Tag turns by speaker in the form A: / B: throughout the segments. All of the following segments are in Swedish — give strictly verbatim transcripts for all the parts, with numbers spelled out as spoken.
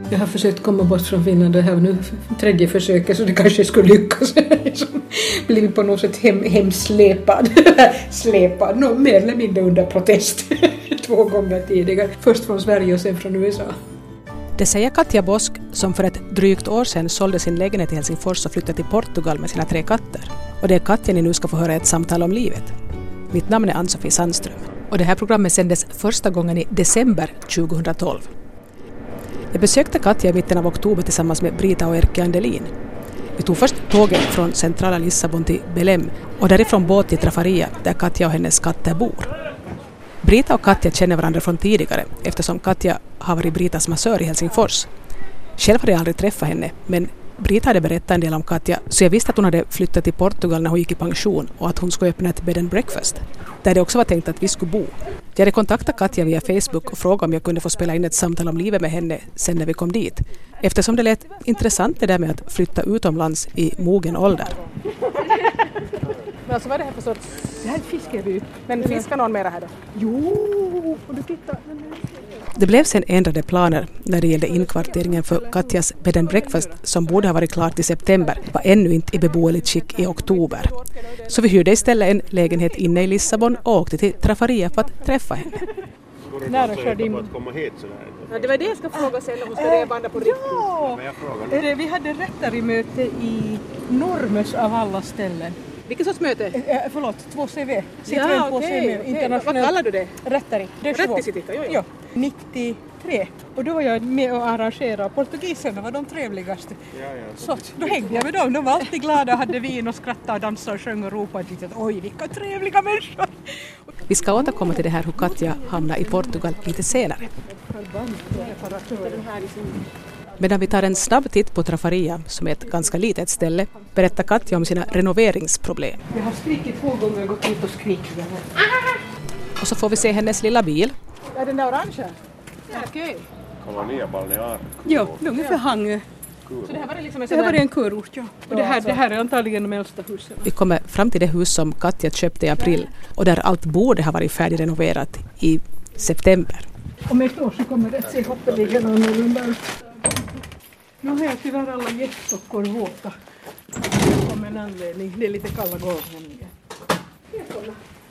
A: Jag har försökt komma bort från Finland, det här nu tredje försöket, så det kanske skulle lyckas. Blivit på något sätt hem, hemsläpad, släpad, no, mer eller mindre under protest två gånger tidigare. Först från Sverige och sen från U S A.
B: Det säger Katja Bosk som för ett drygt år sedan sålde sin lägenhet i Helsingfors och flyttade till Portugal med sina tre katter. Och det är Katja ni nu ska få höra ett samtal om livet. Mitt namn är Ann-Sofie Sandström och det här programmet sändes första gången i december tjugohundratolv. Jag besökte Katja i mitten av oktober tillsammans med Brita och Erkki Andelin. Vi tog först tåget från centrala Lissabon till Belém och därifrån båt till Trafaria där Katja och hennes katter bor. Brita och Katja känner varandra från tidigare eftersom Katja har varit Britas massör i Helsingfors. Själv hade jag aldrig träffat henne, men Brita hade berättat en del om Katja, så jag visste att hon hade flyttat till Portugal när hon gick i pension och att hon skulle öppna ett bed and breakfast, där det också var tänkt att vi skulle bo. Jag hade kontaktat Katja via Facebook och frågat om jag kunde få spela in ett samtal om livet med henne sen när vi kom dit, eftersom det lät intressant det där med att flytta utomlands i mogen ålder. Men alltså vad är det här för sorts...
A: Det här är fiskeby.
B: Men fiskar någon mera här då?
A: Jo, och du tittar.
B: Det blev sen ändrade planer när det gällde inkvarteringen för Katjas bed and breakfast som borde ha varit klart i september, var ännu inte i beboeligt skick i oktober. Så vi hyrde istället en lägenhet inne i Lissabon och åkte till Trafaria för att träffa henne.
C: När du körde in... komma hit sådär.
B: Ja, det var det jag ska fråga sen om hon ska rebanda på riktigt.
A: Ja, ja, vi hade rättarimöte i Normes av alla ställen.
B: Vilket sorts möte?
A: Eh, förlåt, två C V.
B: Ja, okej. Okay, okay. Vad kallar du det?
A: Rättari.
B: Rättisitita, jo, jo.
A: Ja, nittiotre. Och då var jag med och arrangerade. Portugiserna var de trevligaste.
C: Ja, ja, så
A: så då hängde jag med dem. De var alltid glada, hade vin och skrattade och dansade och sjöng och ropade. Lite, oj, vilka trevliga människor.
B: Vi ska återkomma till det här hur Katja hamnar i Portugal lite senare. Medan vi tar en snabb titt på Trafaria, som är ett ganska litet ställe, berättar Katja om sina renoveringsproblem.
A: Jag har skrikit två gånger och gått ut och skrikit.
B: Och så får vi se hennes lilla bil.
A: Är den där orangea?
B: Ja, okej.
C: Kolonia Balnear.
A: Ja, det är ungefär Hangö.
B: Så det här var liksom en
A: det här var en kurort, ja. Och det här, det här är antagligen de äldsta husen.
B: Vi kommer fram till det hus som Katja köpte i april och där allt borde ha varit färdigrenoverat i september.
A: Om ett år så kommer det att se hoppeligen annorlunda ut. Nu har jag tyvärr alla gästsockor våta. Om en anledning. Det är lite kalla golv nämligen. Jag kollar.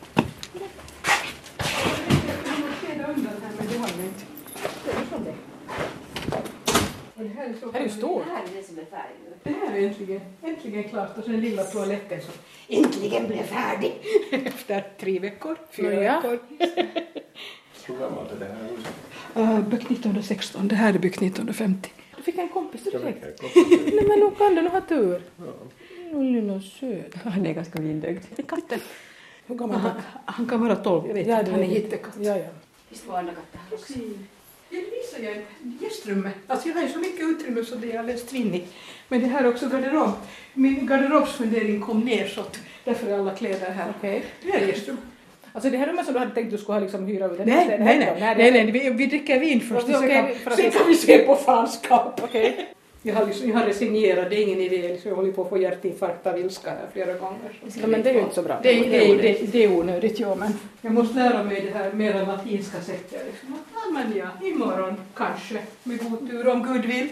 A: Jag måste städa undan här men det har jag inte. Det är som det. Och det här är så...
B: Det är ju stort.
D: Det här är det som är färdigt nu.
A: Det här är äntligen, äntligen klart. Och sen lilla toaletten som
D: Äntligen blev färdig.
A: efter tre veckor, fyra
B: Ja.
A: veckor.
C: Hur gammalt är det här huset?
A: Uh, byggt nittonhundrasexton. Det här är byggt nittonhundrafemtio. Du fick en kompis direkt.
C: Jag
A: Nej men nu kan du nog ha tur. Ja. Lilla söt. Han är ganska vindögd. Katten.
B: Hur gammal
A: Han, han kan vara tolv. Jag vet
B: Ja,
A: att
B: det
A: han är
B: vet jag.
A: jättekatt.
B: Ja, ja.
D: Visst var andra katter här också?
A: Jag visar jag gästrummet. Alltså jag har ju så mycket utrymme så det är alldeles tvinnigt. Men det här är också garderob. Min garderobsfundering kom ner så att därför är alla kläder här.
B: Okej.
A: Det här är gästrum.
B: Alltså det här rummet som du hade tänkt du skulle ha liksom hyra ut?
A: Nej, nej, nej. nej, nej. Vi, vi dricker vin först.
B: Okej,
A: Sen kan,
B: okej, för att
A: sen
B: vi-
A: kan vi se på fanskap.
B: Okej.
A: Jag har, liksom, jag har resignerat, det är ingen idé. Så jag håller på att få hjärtinfarkt av ilska här flera gånger. Så.
B: Ja, men det är ju inte så bra.
A: Det, det, det, det är onödigt, ja, men jag måste lära mig det här mera latinska sättet. Liksom. Ja, men ja, imorgon kanske, med god tur om Gud vill.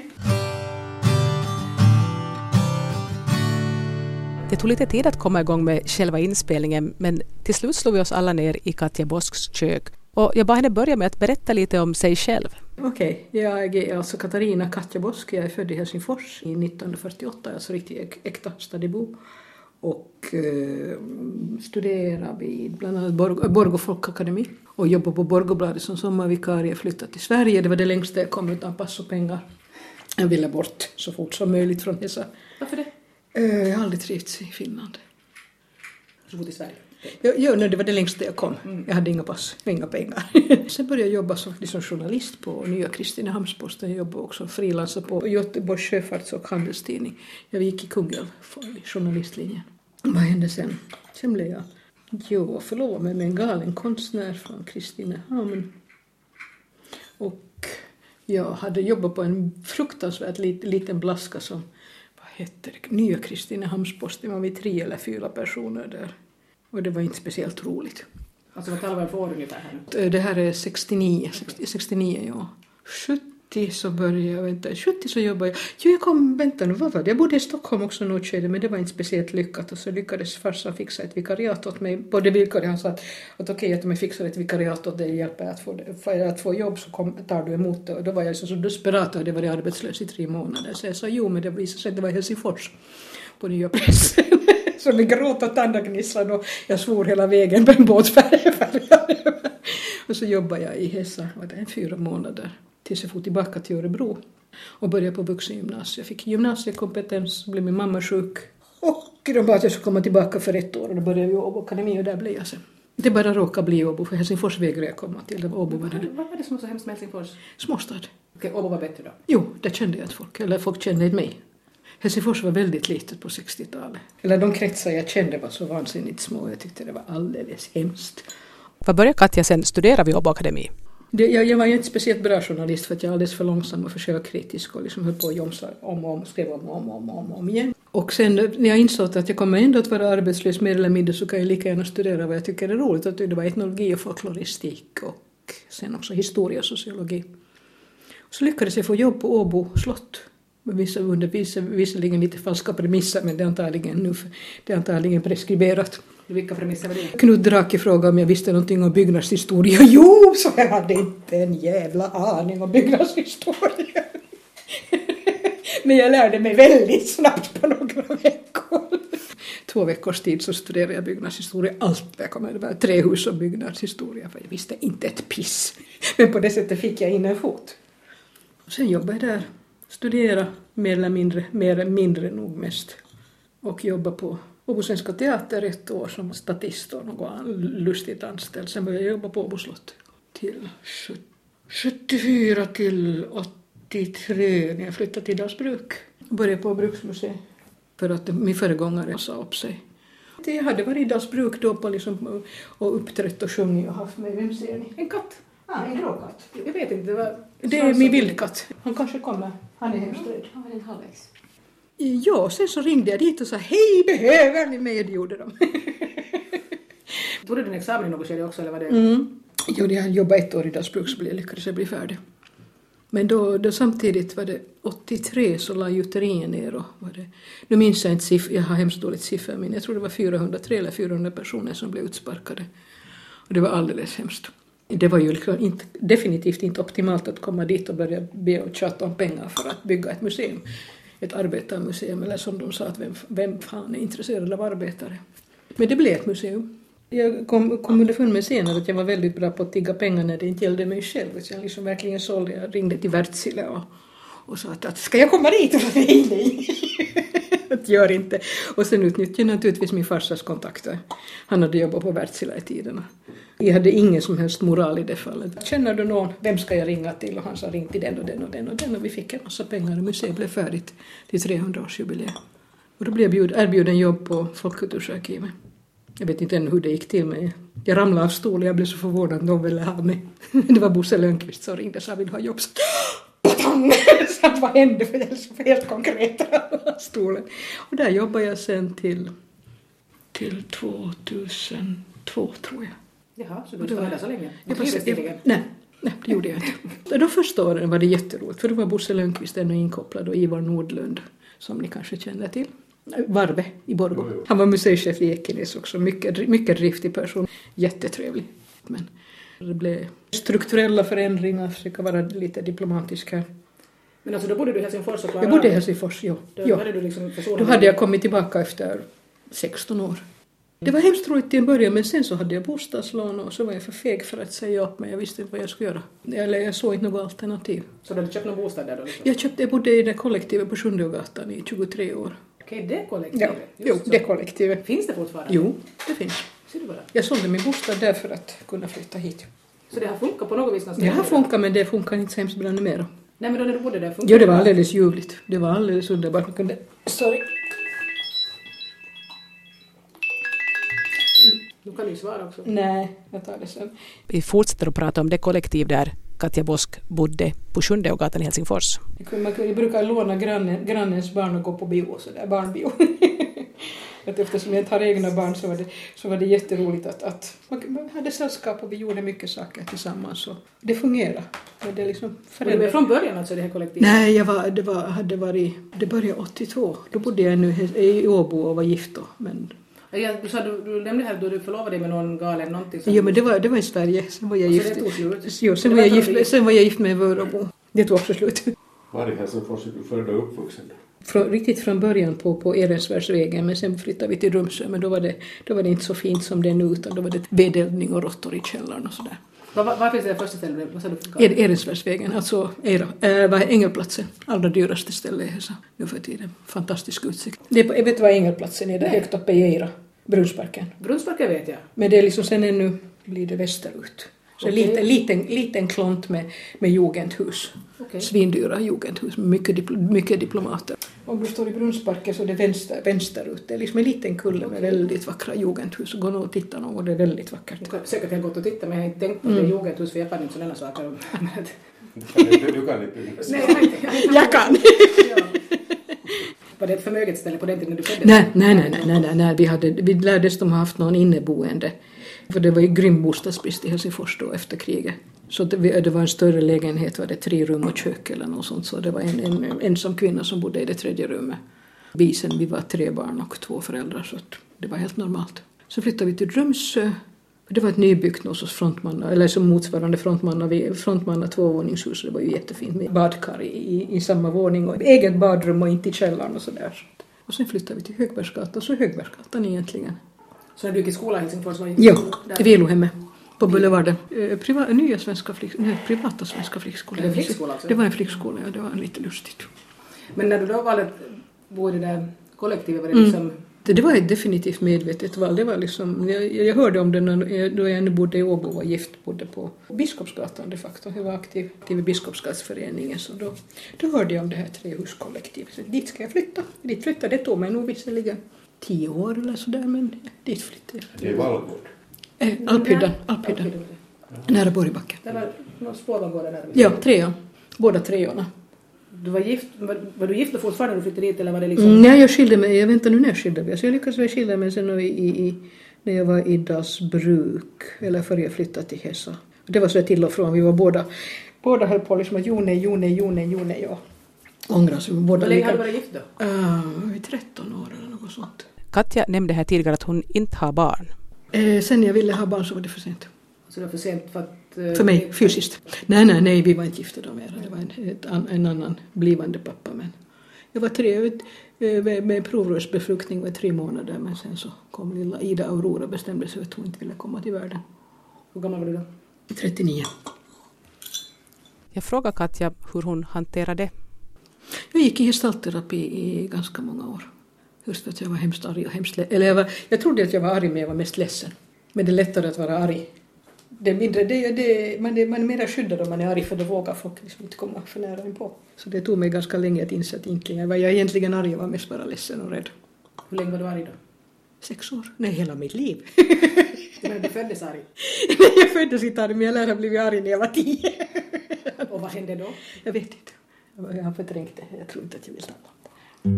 B: Det tog lite tid att komma igång med själva inspelningen, men till slut slog vi oss alla ner i Katja Bosks kök. Och jag bad henne börja med att berätta lite om sig själv.
A: Okej, okay. Jag är alltså Katarina Katja Bosk. Jag är född i Helsingfors i nittonhundrafyrtioåtta, alltså riktigt äkta stadibo. Och eh, studerade vid bland annat Borg- Borgå Folkakademi. Och jobbade på Borgåbladet som sommarvikarie, flyttade till Sverige. Det var det längsta jag kom utan pass och pengar. Jag ville bort så fort som möjligt från dessa.
B: Varför det?
A: Eh, jag har aldrig trivts i Finland.
B: Så fort i Sverige.
A: Ja, ja, det var det längsta jag kom. Mm. Jag hade inga pass, inga pengar. Sen började jag jobba som liksom journalist på Nya Kristinehamnsposten. Jag jobbade också frilansa på Göteborgs sjöfarts- och handelstidning. Jag gick i Kungälv i journalistlinjen. Vad hände sen? Sen blev jag jo, förlovad mig med en galen konstnär från Kristinehamn. Och jag hade jobbat på en fruktansvärt lit, liten blaska som, vad heter det, Nya Kristinehamnsposten. Det var vi tre eller fyra personer där. Och det var inte speciellt roligt.
B: Alltså vad talar vi för år ungefär här nu?
A: Det här är sextionio, sextionio, ja. sjuttio så började jag, vänta, sjuttio så jobbade jag. Jo, jag kom, vänta nu, vad var det? Jag bodde i Stockholm också något skede, men det var inte speciellt lyckat. Och så lyckades farsan fixa ett vikariat åt mig. På det villkoret han sa att, att okej, okay, att om jag fixar ett vikariat och det hjälper att få, för att få jobb så kom, tar du emot det. Och då var jag så, så desperat och hade varit arbetslös i tre månader. Så jag sa jo, men det visade sig att det var i Helsingfors på nya pressen. Så vi gråt och tandagnisslan och jag svor hela vägen på en båtfärja. Och så jobbade jag i Hesa, var det en fyra månader, tills jag får tillbaka till Örebro och började på vuxengymnasiet. Jag fick gymnasiekompetens, blev min mamma sjuk och de bad att jag skulle komma tillbaka för ett år och då började jag i Åbo Akademi och där blev jag sen. Det bara råkade bli Åbo, för Helsingfors vägrade jag komma till. Det var Åbo var det.
B: Vad var det som var så hemskt med Helsingfors?
A: Småstad.
B: Okej, Åbo var bättre då?
A: Jo, det kände jag inte folk, eller folk kände inte mig. Helsingfors var väldigt litet på sextiotalet. Eller de kretsar jag kände var så vansinnigt små. Jag tyckte det var alldeles hemskt.
B: Vad började Katja sen studera vid Åbo Akademi?
A: Det, jag, jag var ju inte speciellt bra journalist för att jag är alldeles för långsam och för självkritisk och liksom höll på att jomsa om och om, skrev om och om, om, om, om igen. Och sen när jag insåg att jag kommer ändå att vara arbetslös mer eller mindre så kan jag lika gärna studera vad jag tycker är roligt. Att det var etnologi och folkloristik och sen också historia och sociologi. Och så lyckades jag få jobb på Åbo slott. Vissa under vissa, visserligen lite falska premisser, men det är antagligen, nu, det är antagligen preskriberat.
B: Vilka premisser var det?
A: Knut Drake frågade om jag visste någonting om byggnadshistoria. Jo, så jag hade inte en jävla aning om byggnadshistoria. Men jag lärde mig väldigt snabbt på några veckor. Två veckors tid så studerade jag byggnadshistoria. Allt jag kom med, det var trähus och byggnadshistoria, för jag visste inte ett piss. Men på det sättet fick jag in en fot. Sen jobbade jag där. Studera mer eller mindre, mer eller mindre nog mest. Och jobba på Åbo Svenska Teater ett år som statist och något lustigt anställd. Sen började jag jobba på Åbo slott till sjuttiofyra till åttiotre när jag flyttade till Dalsbruk. Började på Bruksmuseet för att min föregångare sa upp sig. Jag hade varit i Dalsbruk då på liksom, och uppträtt och sjungit och haft med, vem ser ni?
B: En katt.
A: Ah, en gråkatt.
B: Jag vet inte, det var...
A: Det är min vildkatt. Han kanske kommer. Han är hemskt rädd.
B: Han var en halvvägs.
A: Ja, sen så ringde jag dit och sa hej, behöver ni mig? Det gjorde de.
B: Tog du din examen i något skede också, eller var det?
A: Mm. Jo, jag jobbade ett år i Dalsbruk så jag lyckades jag bli färdig. Men då, då samtidigt var det åttiotre så la gjuterien ner och var det... Nu minns jag inte siffror, jag har hemskt dåligt siffror, men jag tror det var fyrahundratre eller fyrahundra personer som blev utsparkade. Och det var alldeles hemskt. Det var ju inte, definitivt inte optimalt att komma dit och börja be och tjata om pengar för att bygga ett museum. Ett arbetarmuseum, eller som de sa, att vem, vem fan är intresserad av arbetare. Men det blev ett museum. Jag kom, kom underfund med senare att jag var väldigt bra på att tigga pengar när det inte gällde mig själv. Så jag liksom verkligen sålde, jag ringde till Wärtsilä och, och sa att, att ska jag komma dit? Och nej, nej. Att gör inte. Och sen utnyttjade jag naturligtvis min farsas kontakter. Han hade jobbat på Wärtsilä i tiderna. Jag hade ingen som helst moral i det fallet. Känner du någon? Vem ska jag ringa till? Och han sa ring till den och den och den och den. Och vi fick en massa pengar och museet blev färdigt till trehundraårsjubileum. Och då blev jag erbjuden jobb på Folkkultursarkivet. Jag vet inte ännu hur det gick till mig. Jag ramlade av stolen, jag blev så förvånad att de ville ha mig. Det var Bosse Lönnqvist som ringde och sa vill ha jobb. Patang! Så vad hände för det så helt konkret av stolen. Och där jobbade jag sen till, till tvåtusentvå tror jag.
B: Jaha, så du var där så länge?
A: Jag var, jag, nej, nej, det gjorde jag inte. De första åren var det jätteroligt. För då var Bosse Lönnqvist ännu inkopplad och Ivar Nordlund, som ni kanske känner till. Varve i Borgå. Han var museichef i Ekenäs också. Mycket, mycket driftig person. Jättetrevlig. Men det blev strukturella förändringar. Försöka vara lite diplomatisk här.
B: Men alltså då bodde du i Helsingfors och klarade
A: Jag bodde i Helsingfors, ja.
B: Då,
A: ja.
B: hade, du liksom
A: då hade jag kommit tillbaka efter sexton år. Det var hemskt roligt till en början, men sen så hade jag bostadslån och så var jag för feg för att säga upp mig. Jag visste inte vad jag skulle göra. Eller jag såg inte något alternativ.
B: Så du hade köpt någon bostad där då? Liksom?
A: Jag, köpte, jag bodde i det kollektivet på Sjundeågatan i tjugotre år.
B: Okej, det kollektivet?
A: Ja, jo, det kollektivet.
B: Finns det fortfarande?
A: Jo, det finns.
B: Ser du bara?
A: Jag sålde min bostad där för att kunna flytta hit.
B: Så det har funkat på något vis?
A: Det har funkat, men det funkar inte så hemskt bra mer.
B: Nej, men då när du bodde där funkade
A: Jo, det var alldeles ljuvligt. Det var alldeles underbart. Man kunde... Sorry.
B: Du kan ju svara också.
A: Nej, jag tar det sen.
B: Vi fortsätter att prata om det kollektiv där Katja Bosk bodde på Sjundeågatan i Helsingfors.
A: Jag brukar låna grannen, grannens barn och gå på bio, så där barnbio. att eftersom jag inte har egna barn så var det, så var det jätteroligt att, att man hade sällskap och vi gjorde mycket saker tillsammans. Och det fungerade. Men det liksom
B: var det från början alltså det här kollektivet?
A: Nej, jag var, det, var, hade varit, det började åttiotvå. Då bodde jag nu i Åbo och var gift då. Men...
B: Ja, du, sa, du, du nämnde här att du förlovade dig med någon galen någonting.
A: Ja, men det var, det var i Sverige. Sen var jag
B: alltså,
A: gift.
B: Det tog slut?
A: Jo, sen, var jag gift, sen var jag gift med Vörabo. Det tog också slut.
C: Var det Helsingfors du födde uppvuxen?
A: Från, riktigt från början på, på Ehrensvärdsvägen, men sen flyttade vi till Rumsö. Men då var, det, då var det inte så fint som det är nu, utan då var det vedeldning och råttor i källaren och sådär.
B: Var, var finns det första stället? Vad sa du?
A: Ehrensvärdsvägen, alltså Eira, äh, var Ängelplatsen. Allra dyraste stället är så nu för tiden. Fantastisk utsikt. Det är, jag vet vad Ängelplatsen är, där högt uppe i Eira. Brunnsparken.
B: Brunnsparken vet jag.
A: Men det är liksom sen ännu blir det västerut. Så okay. liten, liten, liten klont med, med jugendhus. Okay. Svindyra jugendhus med mycket, dipl- mycket diplomater. Om du står i Brunnsparken så är det vänster, vänsterut. Det är liksom en liten kulle med okay. väldigt vackra jugendhus. Gå nog och titta någon och det är väldigt vackert.
B: Okay. Säkert jag har gått och tittat men jag har inte tänkt på mm. det jugendhus för jag kan inte sådana saker.
C: Du kan inte, du kan inte.
A: Nej, jag kan.
B: Var det ett förmöget på den tiden när du föddes?
A: Nej, nej, nej, nej, nej, nej. Vi, hade, vi lärdes de ha haft någon inneboende. För det var ju grym bostadsbrist i Helsingfors då efter kriget. Så det, det var en större lägenhet, var det tre rum och kök eller något sånt. Så det var en, en, en ensam kvinna som bodde i det tredje rummet. Vi sen, vi var tre barn och två föräldrar så det var helt normalt. Så flyttade vi till Rumsö. Det var ett nybyggt något hos frontmanna, eller som motsvarande frontmanna, frontmanna tvåvåningshus. Det var ju jättefint med badkar i, i samma våning och eget badrum och inte i källaren och sådär. Och sen flyttade vi till Högbergsgatan, så Högbergsgatan egentligen.
B: Så när du gick i skolan i Helsingfors var
A: ja, i Vilohemmet på Boulevarden. Priva, nya svenska flick, nej, privata svenska flickskolan.
B: Det, flickskola alltså?
A: Det var en flickskola, ja, det var lite lustigt.
B: Men när du då valde att bo i det där kollektivet var det liksom... Mm.
A: Det, det var ett definitivt medvetet val. Det var liksom, jag, jag hörde om det när, då jag ännu bodde i Åbo och var gift, bodde på Biskopsgatan de facto. Jag var aktiv, aktiv i Biskopsgatsföreningen så då, då hörde jag om det här trehuskollektivet. Så dit ska jag flytta. Dit flyttade det tog mig nog visserligen tio år eller sådär, men dit flyttade jag.
C: Det är Vallgård?
A: Eh, Alphyddan, Alphyddan. Ja. Nära Borgbacken.
B: Det var någon spårvagn där.
A: Ja, trean. Båda treorna.
B: Du var gift, var, var du gift och fortfarande du flyttade dit eller var det liksom?
A: Mm, nej, jag skilde mig, jag väntar nu när jag skilde mig. Så jag lyckades väl skilja mig sen i, i, när jag var i Dalsbruk, eller före jag flyttade till Hesa. Det var så där till och från, vi var båda, båda höll på liksom att jo nej, jo nej, jo nej, jo nej, ja. Ångras vi båda.
B: Hur länge hade du varit gift då?
A: Uh, tretton år eller något sånt.
B: Katja nämnde här tidigare att hon inte har barn.
A: Eh, sen jag ville ha barn så var det för sent.
B: Så det var för sent för att...
A: För mig, fysiskt. Nej, nej, nej, vi var inte gifta då mer. Det var en, ett, en annan blivande pappa. Men jag var tre, med, med provrörsbefruktning var tre månader. Men sen så kom lilla Ida Aurora bestämde sig att hon inte ville komma till världen.
B: Hur gammal var du då?
A: trettionio.
B: Jag frågade Katja hur hon hanterade det.
A: Jag gick i gestaltterapi i ganska många år. Just för att jag var hemskt arg och hemskt ledsen. Eller jag, var, jag trodde att jag var arg men jag var mest ledsen. Men det är lättare att vara arg. Det är mindre, det, det, man, är, man är mer skyddad om man är arg för då vågar folk liksom inte komma för nära in på. Så det tog mig ganska länge att inse att egentligen var jag egentligen arg, jag var mest bara ledsen och rädd.
B: Hur länge var du arg då?
A: Sex år. Nej, hela mitt liv.
B: Men du föddes arg?
A: Nej, jag föddes inte arg men jag lärde ha blivit arg när jag var tio.
B: Och vad hände då?
A: Jag vet inte. Jag har förträngt det. Jag tror inte att jag vill tala om det.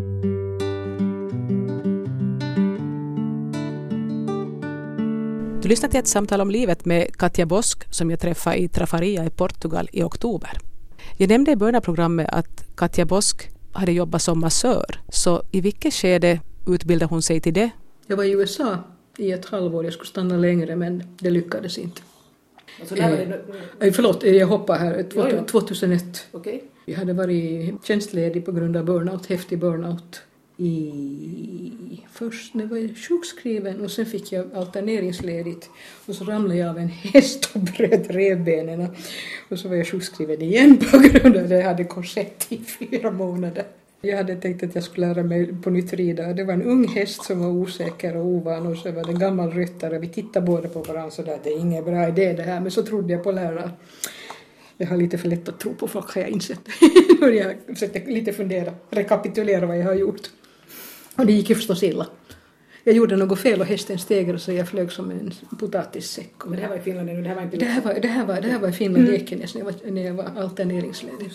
B: Du lyssnar till ett samtal om livet med Katja Bosk som jag träffade i Trafaria i Portugal i oktober. Jag nämnde i början av programmet att Katja Bosk hade jobbat som massör. Så i vilket skede utbildade hon sig till det?
A: Jag var i U S A i ett halvår. Jag skulle stanna längre men det lyckades inte.
B: Alltså där var det...
A: eh, förlåt, jag hoppar här.
B: Jo, jo.
A: tjugohundraett.
B: Okay.
A: Jag hade varit tjänstledig på grund av burnout, häftig burnout. I först när jag var sjukskriven och sen fick jag alterneringsledigt och så ramlade jag av en häst och bröt revbenen och så var jag sjukskriven igen på grund av att jag hade korsett i fyra månader. Jag hade tänkt att jag skulle lära mig på nytt rida. Det var en ung häst som var osäker och ovan och så var det en gammal ryttare. Vi tittade båda på varandra så där, det är ingen bra idé det här, men så trodde jag på läraren. Jag har lite för lätt att tro på folk har jag insett. Jag försökte lite fundera, rekapitulera vad jag har gjort. Och det gick ju förstås illa. Jag gjorde något fel och hästen stegrade så jag flög som en potatissäck.
B: Men det här var i Finland nu, det här var inte...
A: Det här var, det här var, det här var i Finland, mm. Ekenäs, när jag var, när jag var alterneringsledig.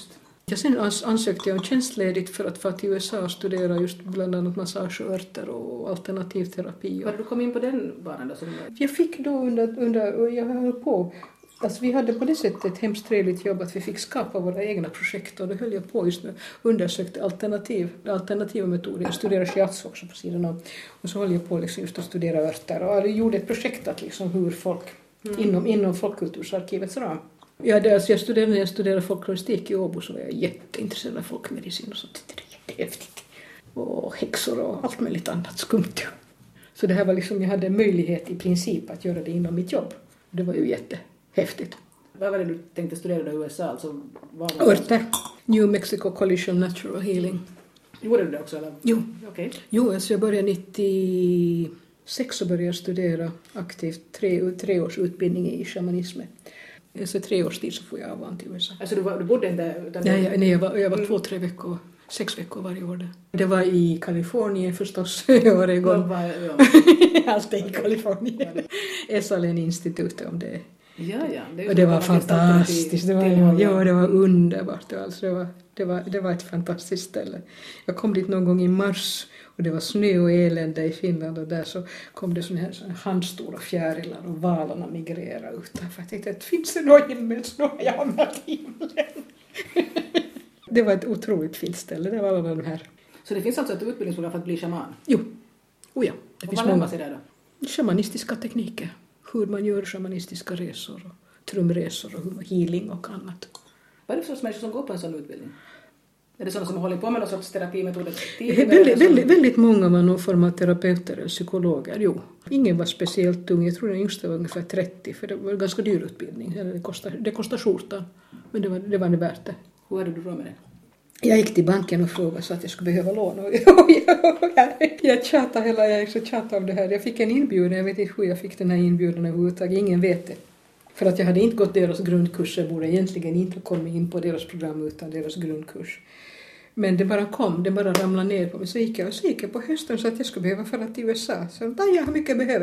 A: Ja, sen ans- ansökte jag om tjänstledigt för att få till U S A och studera just bland annat massage och örter och alternativ terapi.
B: Har du kommit in på den banan då? Som...
A: Jag fick då under, under och jag höll på. Alltså vi hade på det sättet ett hemskt trevligt jobb att vi fick skapa våra egna projekt och då höll jag på just nu undersökte alternativ, alternativa metoder. Jag studerade shiatsu också på sidan om. Och så höll jag på liksom just att studera örter och jag gjorde ett projekt att liksom hur folk mm. inom, inom folkkultursarkivets ram. Ja, det, alltså jag studerade, när jag studerade folkloristik i Åbo så var jag jätteintresserad av folkmedicin och sånt. Det är jättehäftigt. Och häxor och allt möjligt annat skumt. Så det här var liksom, jag hade en möjlighet i princip att göra det inom mitt jobb. Det var ju jättehäftigt.
B: Vad var det du tänkte studera då i U S A? Alltså, vad
A: örter. New Mexico College of Natural Healing.
B: Gjorde du det också? Eller?
A: Jo.
B: Okay.
A: Jo, alltså jag började nittiosex och började studera aktivt tre, tre års utbildning i shamanism. Efter tre års tid så får jag avvan till U S A.
B: Alltså du, var, du bodde inte? Utan
A: nej, jag, nej, jag var, jag var mm. två, tre veckor, sex veckor varje år. Det var i Kalifornien förstås, Oregon.
B: Ja, ja.
A: Allt är i Kalifornien. Esalen-institutet om det.
B: Ja, ja. Det
A: och det var fantastiskt. Det var, ja, ja, det var underbart. Alltså, det, var, det, var, det var ett fantastiskt ställe. Jag kom dit någon gång i mars. Och det var snö och elände i Finland och där så kom det såna här, såna här handstora fjärilar och valarna migrerade utanför. Jag tänkte att finns det någon himmel så har jag hamnat i himlen. Det var ett otroligt fint ställe, det var alla de här.
B: Så det finns alltså ett utbildningsprogram för att bli shaman?
A: Jo, oh ja. Det
B: och
A: finns
B: vad lär man sig där då?
A: Shamanistiska tekniker, hur man gör shamanistiska resor och trumresor och healing och annat.
B: Vad är det för sorts människor som går på en sån utbildning? Är det sådana som håller på med någon sorts terapimetoder?
A: Väldigt, väldigt, väldigt många var någon form av terapeuter eller psykologer, jo. Ingen var speciellt ung, jag tror den yngsta var ungefär trettio, för det var en ganska dyr utbildning. Det kostade, det kostade skjortan, men det var det, var det värt det.
B: Hur hade du råd med det?
A: Jag gick till banken och frågade så att jag skulle behöva lån. Och jag, jag tjatade hela, jag så tjatade om det här. Jag fick en inbjudan, jag vet inte hur jag fick den här inbjudan överhuvudtaget, ingen vet det. För att jag hade inte gått deras grundkurser, borde egentligen inte kommit in på deras program utan deras grundkurs. Men det bara kom, det bara ramlade ner på mig. Så gick jag och så gick jag på hösten så att jag skulle behöva fara till U S A. Så där jag har mycket behöver.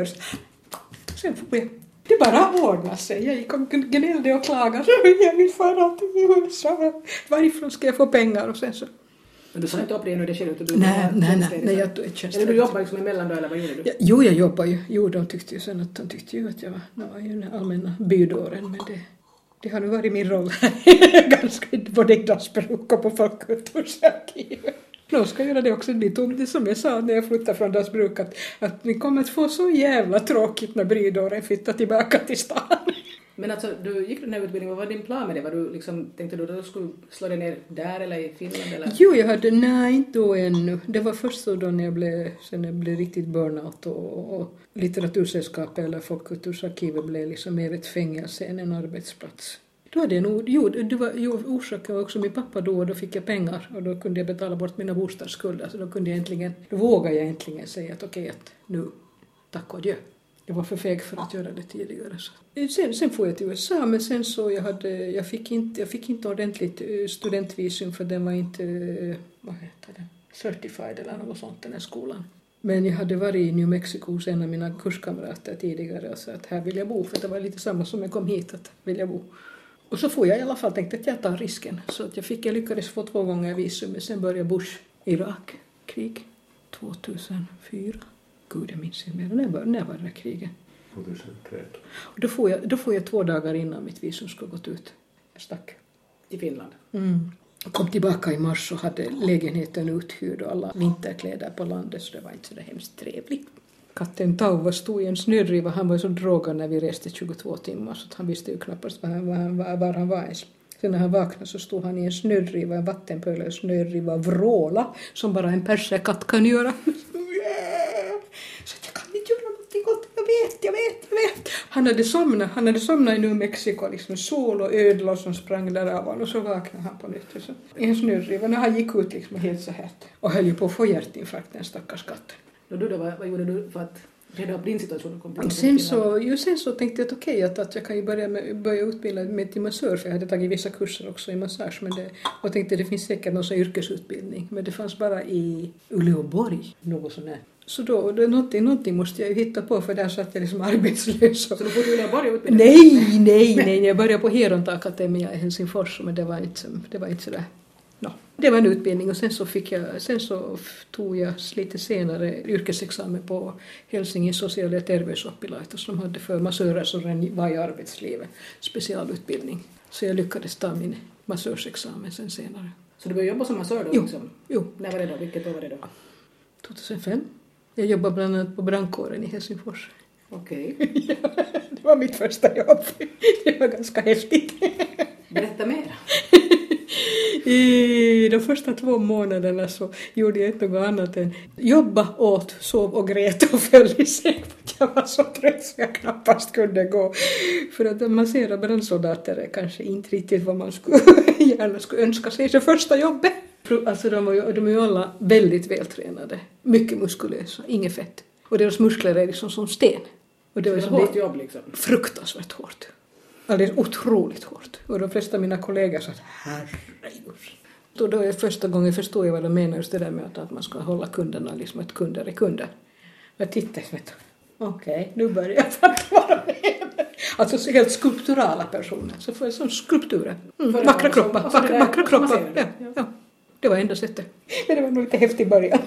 A: Sen får jag, det bara ordnade sig. Jag gick och gnällde och klagade. Jag vill fara till U S A. Varifrån ska jag få pengar? Och sen så.
B: Men du sa inte upp det nu, det sker ut?
A: Nej, nej, nej, nej, jag tog ett tjänst.
B: Eller du jobbade liksom emellan då, eller vad gjorde du?
A: Ja, jo, jag jobbade ju. Jo, de tyckte ju sen att de tyckte ju att jag var, jag var ju den allmänna bydåren, men det... Det har nu varit min roll här. Ganska både i Dassbruk och på Folkkultursarkivet. Nu ska jag göra det också lite om det som jag sa när jag flyttade från Dassbruk. Att, att ni kommer att få så jävla tråkigt när brydåren flyttar tillbaka till stan.
B: Men alltså, du gick den här utbildningen, vad var din plan med det? Var du liksom, tänkte du att du skulle slå dig ner där eller i Finland? Eller?
A: Jo, jag hade, nej inte då ännu. Det var först då när jag blev, sen jag blev riktigt burnout och, och litteratursällskapet eller Folkkultursarkivet blev liksom mer ett fängelse än en arbetsplats. Då hade jag nog, jo, det var, jo, orsaken var också min pappa då och då fick jag pengar och då kunde jag betala bort mina bostadsskulder. Så då kunde jag äntligen, då vågade jag äntligen säga att okej, att nu, tack och adjö. Jag var för feg för att göra det tidigare. Så. Sen, sen får jag till U S A, men sen så jag hade, jag fick inte, jag fick inte ordentligt studentvisum för den var inte, vad heter det, certified eller något sånt, den här skolan. Men jag hade varit i New Mexico hos en av mina kurskamrater tidigare och sa att här vill jag bo, för det var lite samma som jag kom hit, att vill jag bo. Och så får jag i alla fall tänkte att jag tar risken. Så att jag, fick, jag lyckades få två gånger visum, men sen började Bush-Irak-krig tvåtusenfyra. Gud, jag minns inte mer. När var, när var det här kriget?
C: tjugohundratre.
A: Och då får, jag, då får jag två dagar innan mitt visum ska gått ut. Jag stack.
B: I Finland?
A: Mm. Jag kom tillbaka i mars och hade lägenheten uthyrd och alla vinterkläder på landet, så det var inte så hemskt trevligt. Katten Tauva stod i en snödriva. Han var så drogad när vi reste tjugotvå timmar så att han visste ju knappast var han, var han, var, var han var ens. Sen när han vaknade så stod han i en snödriva, en vattenpöl, en snödriva, vråla som bara en perserkatt kan göra. Så jag kan inte göra någonting gott. Jag vet, jag vet, jag vet. Han hade somnat, han hade somnat i New Mexico, liksom sol och ödlor som sprang där av honom och så vaknade han på nytt. Så, i en snödriva när han gick ut liksom helt så här och höll ju på att få hjärtinfarkt, den stackars katten.
B: Och du då, vad, vad gjorde du för att reda upp din situation? Kom till
A: sen, så, ju sen så tänkte jag att okej, att, att jag kan ju börja, med, börja utbilda mig till massör, för jag hade tagit vissa kurser också i massage. Men det, och tänkte det finns säkert någon sån yrkesutbildning, men det fanns bara i Uleåborg, något sånt där. Så då, det, någonting, någonting måste jag ju hitta på, för där satt jag liksom arbetslös. Och...
B: Så du får till Uleåborg utbilda?
A: Nej, nej, nej, jag började på Heronta Akademia i Helsingfors, men det var inte, det var inte sådär. Det var en utbildning och sen så, fick jag, sen så tog jag lite senare yrkesexamen på Helsingin sociala terveysoppilaitos som hade för massörer som redan var i arbetslivet, specialutbildning. Så jag lyckades ta min massörsexamen sen senare.
B: Så du började jobba som massör då?
A: Jo,
B: liksom?
A: jo.
B: När var det då? Vilket år var det då?
A: tjugohundrafem. Jag jobbade bland annat på brandkåren i Helsingfors.
B: Okej.
A: Ja, det var mitt första jobb. Det var ganska häftigt.
B: Berätta mer.
A: I de första två månaderna så gjorde jag inte något annat än jobba, åt, sov och grät och föll i säng. Jag var så trött så jag knappast kunde gå. För att massera brandsoldater är kanske inte riktigt vad man skulle, gärna skulle önska sig det första jobbet. Alltså de, var ju, de är ju alla väldigt vältränade. Mycket muskulösa, inget fett. Och deras muskler är liksom som sten. Och det var,
B: det var hårt jobb liksom?
A: Fruktansvärt hårt. Alldeles otroligt hårt. Och de flesta av mina kollegor sa att herregud. Och då är första gången förstår jag vad de menar just det där med att, att man ska hålla kunderna, liksom att kunder är kunder. Jag tittar och vet okej, okay, nu börjar jag fatta vad de menar. Alltså helt skulpturala personer. Så får jag sån skulpturer. Mm, vackra kroppar. Vackra, vackra, vackra kroppar. Ja, ja. Det var enda sättet. Men det var nog inte häftigt i början.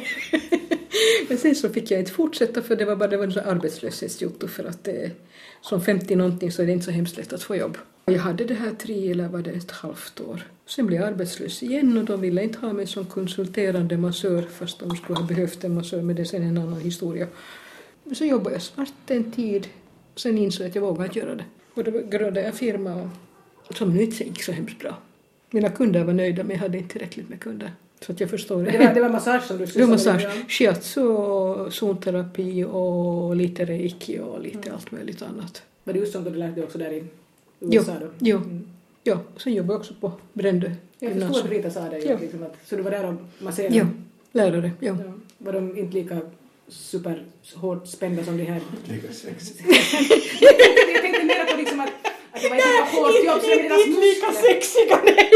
A: Men sen så fick jag inte fortsätta för det var bara det var en sån arbetslöshetsjotto för att det, som femtio någonting så är det inte så hemskt lätt att få jobb. Jag hade det här tre eller var det ett halvt år. Sen blev jag arbetslös igen och de ville inte ha mig som konsulterande massör fast de skulle ha behövt en massör, men det är sen en annan historia. Så jobbade jag svart en tid. Sen insåg jag att jag vågade inte göra det. Och då grundade jag en firma som nu inte gick så hemskt bra. Mina kunder var nöjda men jag hade inte tillräckligt med kunder. Så att jag förstår det.
B: Det var, det var massage som du
A: skulle säga? Det var massage, shiatsu och zonterapi och lite reiki och lite mm. allt möjligt annat.
B: Var det just som du lärde dig också där i U S A då?
A: Jo, mm. ja. Sen jobbade jag också på Brändö.
B: Jag förstår att Rita sa det.
A: Ja.
B: Liksom att, så du var där och masserade?
A: Ja, lärare, ja.
B: ja. Var de inte lika super hårt spända som de här?
C: Lika sexigt.
B: Jag tänkte mer på liksom att, att det var ett hårt jobb.
A: Nej, inte, inte lika sexiga, nej.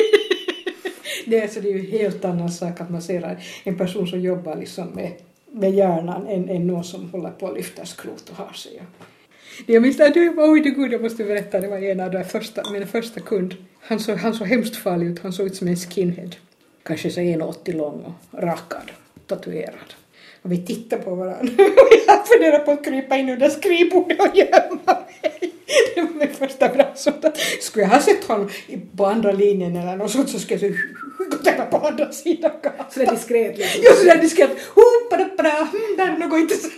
A: Det är, så det är ju helt annan sak att man ser en person som jobbar liksom med, med hjärnan än, än någon som håller på att lyfta skrot och har sig. Jag minns att du var, oj det gud, jag måste berätta, det var en av de första, min första kund. Han såg, han såg hemskt farlig ut, han såg ut som en skinhead. Kanske så en åttio lång och rakad, tatuerad. Och vi tittade på varandra och jag funderade på att krypa in under skrivbordet och gömma mig. Det var min första brandsoldat. Skulle jag ha sett honom på andra linjen eller något sånt så skulle jag gå där på andra sidan.
B: Så det är diskret liksom?
A: Ja, så det är diskret. Där är något intressant.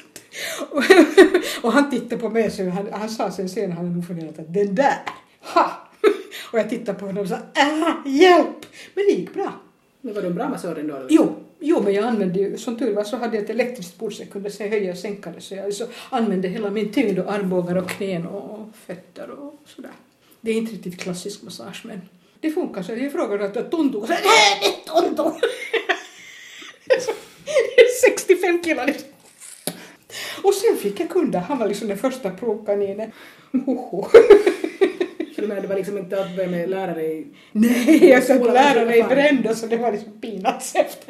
A: Och han tittade på mig så han, han sa sen sen han nog funderat att den där, ha! Och jag tittade på honom och sa, äh, hjälp! Men det gick bra.
B: Men var du en bra massör ändå?
A: Jo, jo, men jag använde ju, som tur var så hade jag ett elektriskt bord så jag kunde se höja och sänka det. Så jag så använde hela min tyngd och armbågar och knän och fötter och sådär. Det är inte riktigt klassisk massage, men det funkar. Så jag frågade att det är tonto och så, nej, det är tonto! sextiofem kilo liksom. Och sen fick jag kunder. Han var liksom den första provkaninen.
B: Så du menar, det var liksom inte att börja med lärare i...
A: Nej, jag satt lärare i Brändö så det var liksom peanuts efter.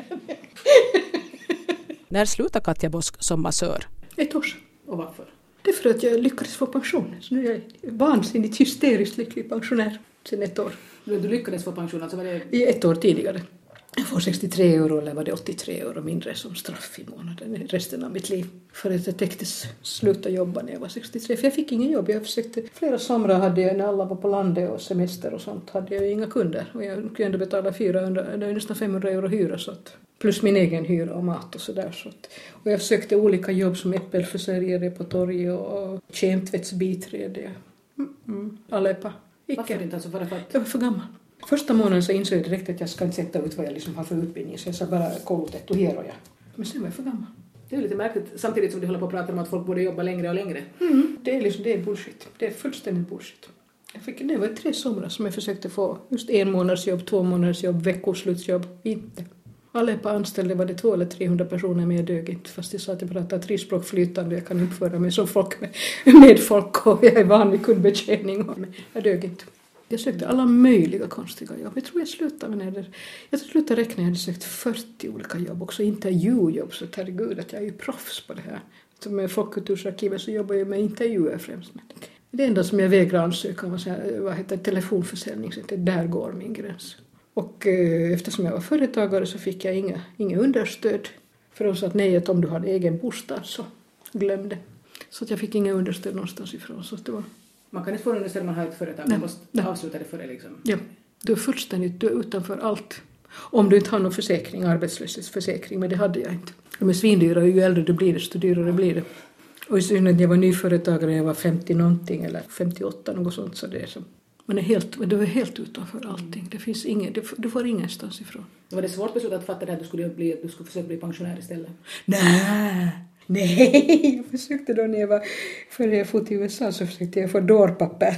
B: När slutade Katja Bosk som massör?
A: Ett år sedan.
B: Och varför?
A: Det är för att jag lyckades få pension. Så nu är jag vansinnigt hysteriskt lycklig pensionär sedan ett år.
B: Du lyckades få pension, alltså var det...
A: I ett år tidigare. Jag får sextiotre euro eller var det åttiotre euro mindre som straff i månaden resten av mitt liv. För att jag tänkte sluta jobba när jag var sextiotre. För jag fick ingen jobb. Jag försökte, flera somrar hade jag när alla var på landet och semester och sånt hade jag inga kunder. Och jag kunde ändå betala fyrahundra, eller nästan femhundra euro hyra så att, plus min egen hyra och mat och sådär. Så att, och jag försökte olika jobb som äppelförsäljare på torg och kemtvättsbiträde. Mm, mm. Alepa. Icke.
B: Varför inte alltså? För att...
A: Jag var för gammal. Första månaden så insåg jag direkt att jag ska inte sätta ut vad jag liksom har för utbildning. Så jag sa bara kollotet och här och jag. Men sen var jag för gammal.
B: Det är lite märkligt samtidigt som du håller på att prata om att folk borde jobba längre och längre.
A: Mm, det är liksom, det är bullshit. Det är fullständigt bullshit. Jag fick, det var tre somrar som jag försökte få just en månads jobb, två månaders jobb, veckoslutsjobb. Inte. Alla på anställda var det två eller trehundra personer men jag dög inte. Fast jag sa att jag pratar tre språk flytande och jag kan uppföra mig som folk med, med folk och jag är van vid kundbetjäning. Men jag dög inte. Jag sökte alla möjliga konstiga jobb. Jag tror jag slutade med det. Jag slutade räkna. Jag hade sökt fyrtio olika jobb. Också intervjujobb. Så herregud att jag är ju proffs på det här. Så med Folkkultursarkivet så jobbar jag med intervjuer främst. Det enda som jag vägrar ansöka om var telefonförsäljning. Så där går min gräns. Och eh, eftersom jag var företagare så fick jag inga, inga understöd. För de sa att nej, att om du hade egen bostad så glömde. Så att jag fick inga understöd någonstans ifrån. Så det var...
B: Man kan inte få understöd när man har ett företag. Man måste avsluta det för det liksom.
A: Ja, du är fullständigt du är utanför allt. Om du inte har någon försäkring, arbetslöshetsförsäkring, men det hade jag inte. De är svindyra och ju äldre du blir desto dyrare blir det. Och i synnerhet när jag var nyföretagare när jag var femtio någonting eller femtioåtta något sånt, så det är som man är helt, du är helt utanför allting. Det finns ingen, du, du får ingenstans ifrån.
B: Var det svårt beslut att fatta det att du skulle bli, du skulle försöka bli pensionär istället?
A: Nej, nej, jag försökte då när jag var, före jag fått till U S A så försökte jag få dårpapper.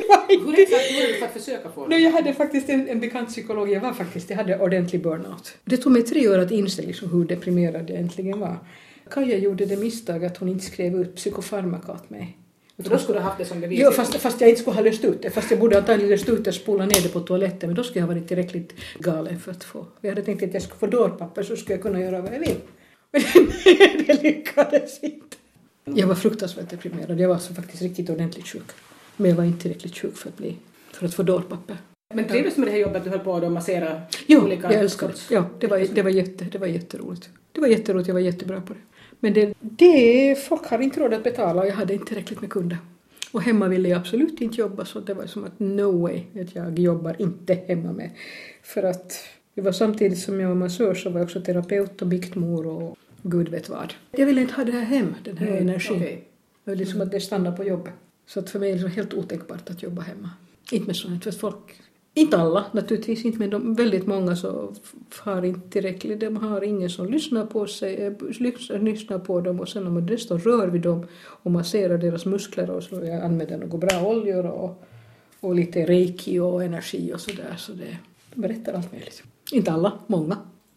B: Hur exakt gjorde du för att försöka få det?
A: Nej, jag hade faktiskt en, en bekant psykolog, jag var faktiskt, jag hade ordentlig burnout. Det tog mig tre år att inse liksom hur deprimerad jag egentligen var. Kaja gjorde det misstag att hon inte skrev ut psykofarmaka åt mig.
B: Då skulle du ha haft det som bevis.
A: Ja, fast, fast jag inte skulle ha löst ut det. Fast jag borde antagligen löst ut det och spola ner det på toaletten. Men då skulle jag ha varit tillräckligt galen för att få. Jag hade tänkt att jag skulle få dårpapper så skulle jag kunna göra vad jag vill. Men det lyckades inte. Jag var fruktansvärt deprimerad. Jag var alltså faktiskt riktigt ordentligt sjuk. Men jag var inte tillräckligt sjuk för att, bli, för att få dårpapper.
B: Men trivdes med det här jobbet du höll på att massera
A: jo,
B: olika...
A: Jo, jag älskade det. Ja, det var, det var, jätte, det var jätteroligt. Det var jätteroligt, jag var jättebra på det. Men det, det folk har inte råd att betala och jag hade inte tillräckligt med kunder. Och hemma ville jag absolut inte jobba, så det var som att no way att jag jobbar inte hemma med. För att det var samtidigt som jag var massör så var jag också terapeut och biktmor och gud vet vad. Jag ville inte ha det här hem, den här mm, energin. Okay. Det var liksom mm. att det stannar på jobbet. Så att för mig är det helt otänkbart att jobba hemma. Inte med sånt, för att folk... Inte alla, naturligtvis inte, men de, väldigt många så har inte tillräckligt. De har ingen som lyssnar på sig, lyssnar på dem och sen om man dessutom rör vid dem och masserar deras muskler och så jag använder några bra oljor och, och lite reiki och energi och sådär. Så det berättar allt möjligt. Inte alla, många.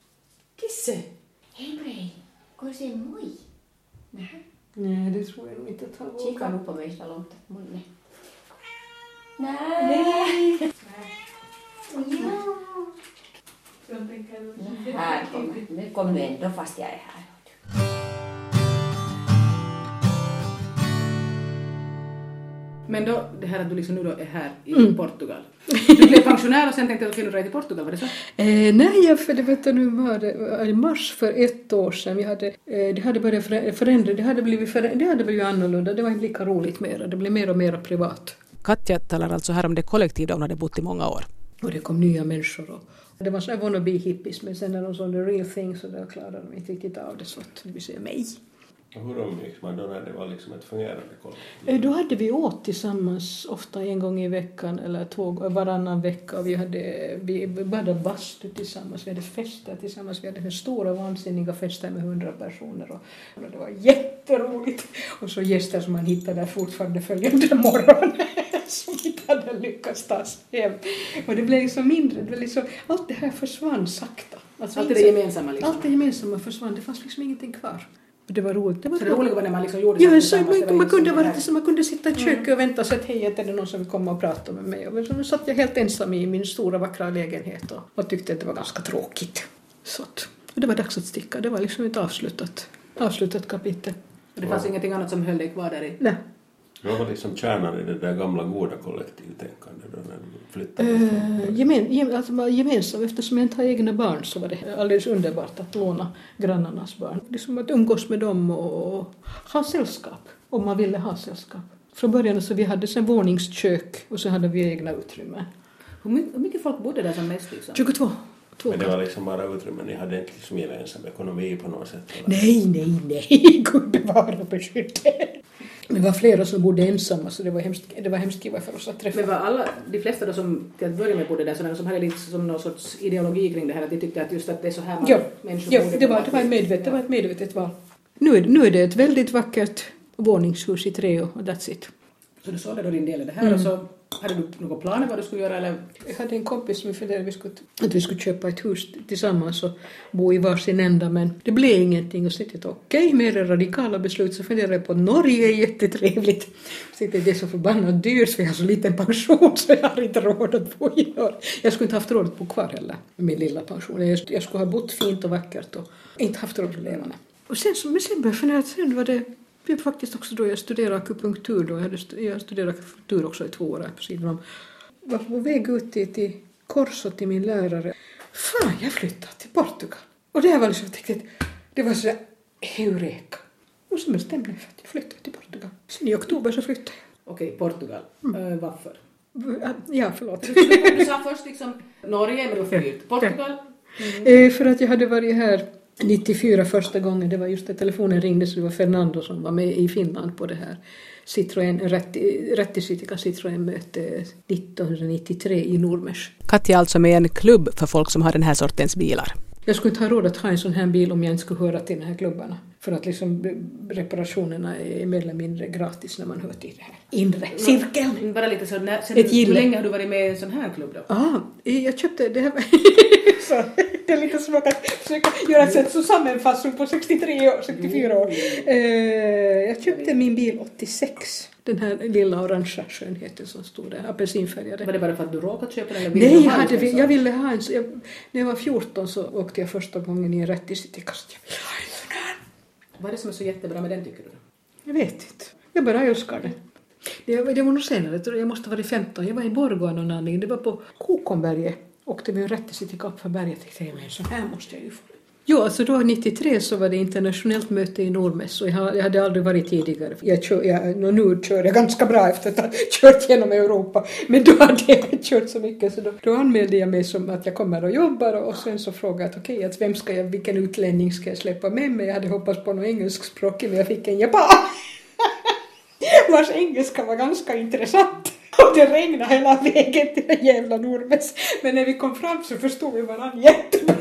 B: Kisse!
D: Hej på dig! Går du se moj?
A: Nej. Nej, det tror jag nog inte att han vågar.
D: Kika nog på mig så långt att munne.
A: Nej!
D: Nej! Ja! Här kom, nu kom du ändå fast jag är här.
B: Men då, det här att du liksom nu då är här i mm. Portugal. Du blev pensionär och sen tänkte att du skulle resa till Portugal, var det så?
A: Eh, nej, för det vet du, nu var det i mars för ett år sedan. Vi hade, eh, det hade börjat förändra, det hade blivit, förändra, det hade blivit annorlunda. Det var inte lika roligt mer, det blev mer och mer privat.
B: Katja talar alltså här om det kollektiv där hon hade bott i många år.
A: Och det kom nya människor och det var sådana wannabe hippies, men sen när de såg the real thing så där klarade de inte riktigt av det, så att det vill säga mig.
C: Och hur umgicks man då när det var liksom ett fungerande kollektiv?
A: Då hade vi åt tillsammans ofta en gång i veckan eller två, varannan vecka och vi hade vi badade bastu tillsammans, vi hade fester tillsammans, vi hade stora vansinniga fester med hundra personer och, och det var jätteroligt. Och så gäster som man hittade där fortfarande följande morgon som inte hade lyckats ta sig hem. Och det blev liksom mindre, det blev liksom, allt det här försvann sakta.
B: Alltså, allt det gemensamma liksom?
A: Allt det gemensamma försvann, det fanns liksom ingenting kvar. Det var roligt. Det var
B: så det roliga var när man liksom gjorde
A: ja,
B: så
A: man, man, man, kunde vara, så man kunde sitta i köket
B: mm.
A: och vänta så att hej, är det någon som vill komma och prata med mig. Och så nu satt jag helt ensam i min stora vackra lägenhet och, och tyckte att det var ganska tråkigt. Så att, och det var dags att sticka. Det var liksom ett avslutat, avslutat kapitel.
B: Och det fanns ja. ingenting annat som höll dig kvar där i?
A: Nej.
C: Vad var liksom kärnan i det där gamla goda kollektivtänkande då när du flyttade?
A: Uh, gemen, gem, alltså gemensamt, eftersom jag inte har egna barn så var det alldeles underbart att låna grannarnas barn. Liksom att umgås med dem och, och ha sällskap, om man ville ha sällskap. Från början så vi hade sen våningskök och så hade vi egna utrymmen.
B: Hur mycket, hur mycket folk bodde där som mest liksom?
A: tjugotvå.
C: Men det var liksom bara utrymmen, ni hade inte liksom gemensam ekonomi på något sätt? Eller?
A: Nej, nej, nej, gud bevara och beskydda. Det var flera som bodde ensamma så det var hemskt, det var hemskt kiva för oss att träffa.
B: Men var alla, de flesta då som till att börja med bodde där sådana som hade lite som någon sorts ideologi kring det här att de tyckte att just att det är så här man
A: ja,
B: människor
A: ja,
B: bodde?
A: det var, det var ett medvetet, det var ett medvetet val. Nu är, nu är det ett väldigt vackert våningshus i Treo och that's it.
B: Så du sålde då din del i det här mm. och så hade du några planer vad du skulle göra? Eller?
A: Jag hade en kompis som funderade vi skulle, att vi skulle köpa ett hus tillsammans och bo i varsin ända, men det blev ingenting och så tänkte jag okej, okay, med radikala beslut så funderade jag på Norge är jättetrevligt. Så tänkte jag det är så förbannat dyrt för jag har så liten pension så jag har inte råd att bo i Norge. Jag skulle inte haft råd att bo kvar heller med min lilla pension. Jag, jag skulle ha bott fint och vackert och inte haft råd att leva. Och sen, men sen började jag fundera, sen var det det var faktiskt också då jag studerade akupunktur då. Jag, hade, jag studerade akupunktur också i två år på sidan om. Jag var på väg ut till, till korsade till min lärare. Fan, jag flyttade till Portugal. Och det här var liksom, jag tänkte, det var sådär heureka. Och så bestämde jag för att jag flyttade till Portugal. Sen i oktober så flyttade jag.
B: Okej, Portugal. Mm. Uh, varför?
A: Ja, förlåt.
B: Du, du sa först liksom Norge, men du flytt. Portugal?
A: Mm. Eh, för att jag hade varit här nittiofyra första gången. Det var just det, telefonen ringde, så det var Fernando som var med i Finland på det här Citroën, Rättisittika Citroën-möte nittonhundranittiotre i Nurmes.
B: Katja är alltså med en klubb för folk som har den här sortens bilar.
A: Jag skulle inte ha råd att ha en sån här bil om jag inte skulle höra till den här klubbarna. För att liksom reparationerna är mer eller mindre gratis när man hör till det här inre cirkeln.
B: Mm, bara lite så, när, sen,
A: Ett
B: hur länge har du varit med i en sån här klubb då?
A: Ja, ah, jag köpte det här. Så, det är lite svårt att försöka göra en så sammanfattning på sextiotre år, sextiofyra år. Uh, jag köpte min bil åttiosex. Den här lilla orangea skönheten som stod där, apelsinfärgade.
B: Var det bara för att du råkade köpa den? Eller
A: Nej, jag, hade, vi, jag ville ha en. Jag, när jag var fjorton så åkte jag första gången i en Rättisittika. Jag ville ha en sån här.
B: Vad är det som är så jättebra med den, tycker du?
A: Jag vet inte. Jag bara älskar det. Det, det var nog senare, jag måste ha varit femton. Jag var i Borgå någon anledning. Det var på Kokonberget. Åkte vi en Rättisittika upp för berget. Jag tänkte, men så här måste jag ju få. Jo, alltså då nittiotre så var det internationellt möte i Nurmes och jag, jag hade aldrig varit tidigare. Jag kör, jag, nu kör jag ganska bra efter att ha kört genom Europa, men då hade jag inte kört så mycket. Så då, då anmälde jag mig som att jag kommer och jobbar och sen så frågade jag okej, okay, vem ska jag, vilken utlänning ska jag släppa med mig? Jag hade hoppats på något engelskspråk, men jag fick en japan. Vars engelska var ganska intressant. Och det regnade hela vägen till den jävla Nurmes. Men när vi kom fram så förstod vi varandra jättebra.